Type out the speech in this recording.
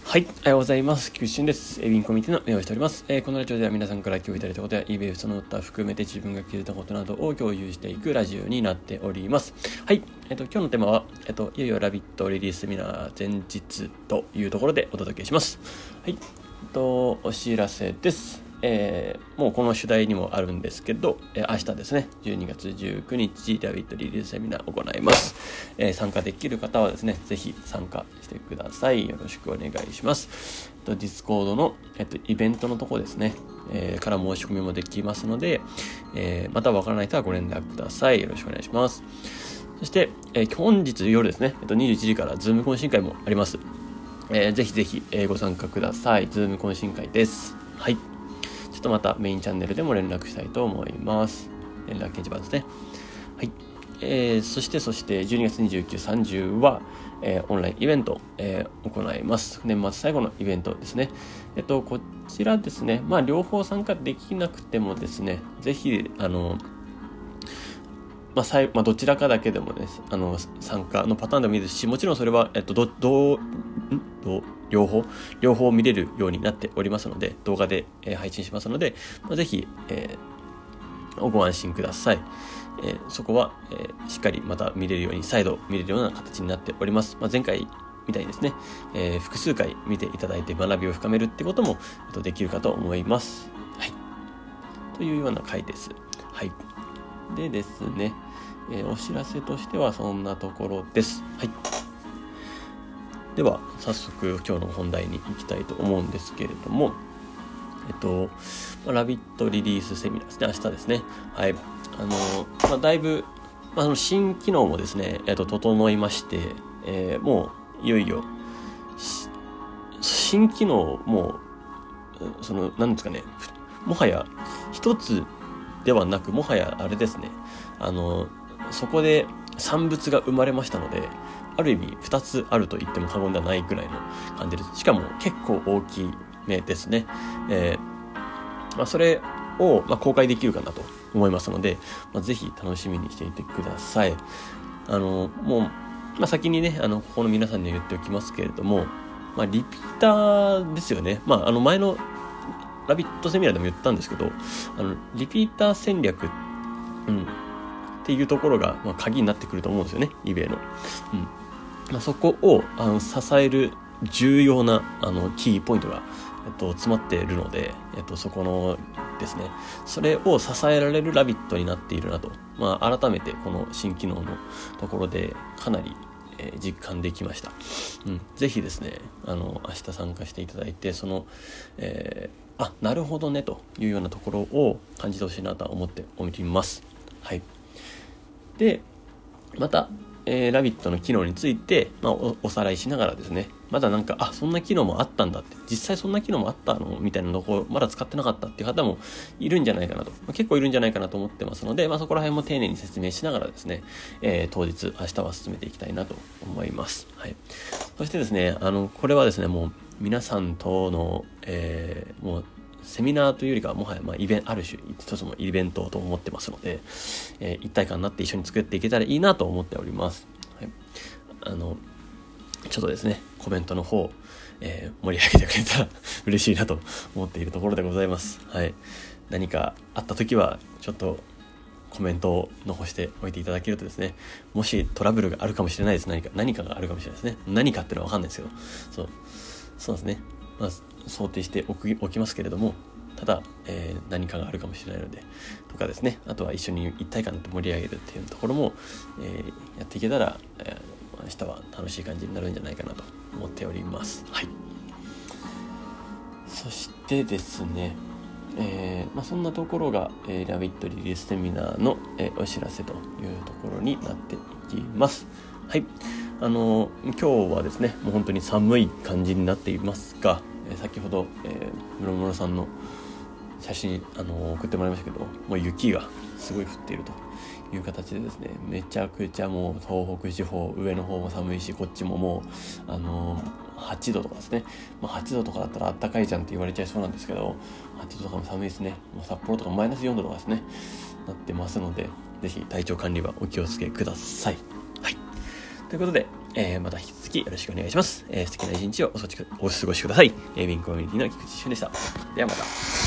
はい、おはようございます。菊池俊です。ウィンコミュニティの運営をしております。このラジオでは皆さんから共有いただいたことや eBay その他含めて自分が気づいたことなどを共有していくラジオになっております。はい、今日のテーマは、いよいよラビットリリースセミナー前日というところでお届けします。はい、お知らせです。もうこの主題にもあるんですけど、明日ですね、12月19日ラビットリリースセミナーを行います。参加できる方はですね、ぜひ参加してください。よろしくお願いします。ディスコードの、イベントのところですね、から申し込みもできますので、またわからない人はご連絡ください。よろしくお願いします。そして、本日夜ですね、21時からズーム懇親会もあります。ぜひぜひ、ご参加ください。ズーム懇親会です。はい。ちょっとまたメインチャンネルでも連絡したいと思います。連絡掲示板ですね。はい。そして12月29、30は、オンラインイベント、行います。年末最後のイベントですね。こちらですね、両方参加できなくてもですね、ぜひどちらかだけでもね、参加のパターンでもいいですし、もちろんそれは、両方見れるようになっておりますので、動画で、配信しますので、ぜひ、ご安心ください。そこは、しっかりまた見れるように、再度見れるような形になっております。前回みたいにですね、複数回見ていただいて学びを深めるってことも、できるかと思います。はい。というような回です。はい。でですね、お知らせとしてはそんなところです。はい。では早速今日の本題に行きたいと思うんですけれども、ラビットリリースセミナーですね、明日ですね。はい。だいぶ、新機能もですね、整いまして、もういよいよ新機能もなんですかね、もはや一つではなく、もはやあれですね、そこで産物が生まれましたので、ある意味2つあると言っても過言ではないぐらいの感じです。しかも結構大きめですね。それを、公開できるかなと思いますので、ぜひ楽しみにしていてください。もう、先にね、ここの皆さんには言っておきますけれども、リピーターですよね。前のラビットセミナーでも言ったんですけど、リピーター戦略、っていうところが、鍵になってくると思うんですよね、eBay の。そこを支える重要なキーポイントが、詰まっているので、そこのですね、それを支えられるラビットになっているなと、改めてこの新機能のところでかなり、実感できました。ぜひですね、明日参加していただいて、なるほどねというようなところを感じてほしいなと思っております。はい。で、また、ラビットの機能について、おさらいしながらですね、まだそんな機能もあったんだって、実際そんな機能もあったのみたいなところ、まだ使ってなかったっていう方もいるんじゃないかなと、結構いるんじゃないかなと思ってますので、そこら辺も丁寧に説明しながらですね、明日は進めていきたいなと思います。はい。そしてですね、これはですね、もう皆さんとの、もうセミナーというよりかはもはやある種一つのイベントと思ってますので、一体感になって一緒に作っていけたらいいなと思っております。はい、ちょっとですねコメントの方、盛り上げてくれたら嬉しいなと思っているところでございます。はい、何かあった時はちょっとコメントを残しておいていただけるとですね、もしトラブルがあるかもしれないです。何かがあるかもしれないですね。何かっていうのは分かんないですけど、そうですね。想定しておきますけれども、ただ、何かがあるかもしれないのでとかですね、あとは一緒に一体感で盛り上げるっていうところも、やっていけたら、明日は楽しい感じになるんじゃないかなと思っております。はい。そしてですね、そんなところが、ラビットリリースセミナーの、お知らせというところになっていきます。はい。今日はですね、もう本当に寒い感じになっていますが、先ほど、室さんの写真送ってもらいましたけど、もう雪がすごい降っているという形でですね、めちゃくちゃもう東北地方上の方も寒いし、こっちももう8度とかですね、8度とかだったらあったかいじゃんって言われちゃいそうなんですけど、8度とかも寒いですね。もう札幌とかマイナス4度とかですねなってますので、ぜひ体調管理はお気をつけください。はい。ということで、 また引き続きよろしくお願いします。素敵な一日をお過ごしください。ウィンコミュニティの菊池俊でした。ではまた。